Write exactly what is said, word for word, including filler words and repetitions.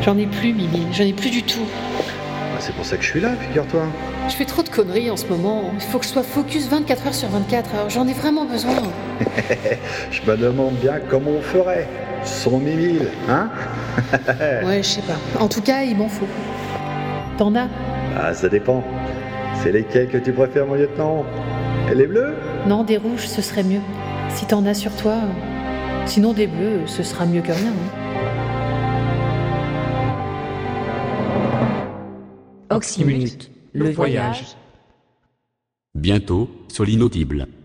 J'en ai plus, Mimi, j'en ai plus du tout. Bah, c'est pour ça que je suis là, figure-toi. Je fais trop de conneries en ce moment. Il faut que je sois focus vingt-quatre heures sur vingt-quatre. Alors j'en ai vraiment besoin. Je me demande bien comment on ferait. Sans Mimi, hein? Ouais, je sais pas. En tout cas, il m'en faut. T'en as? Ah, ça dépend. C'est lesquels que tu préfères, mon lieutenant? Et les bleus? Non, des rouges, ce serait mieux. Si t'en as sur toi. Sinon, des bleus, ce sera mieux que rien. Hein. Oxymute, le voyage. Bientôt, sur l'inaudible.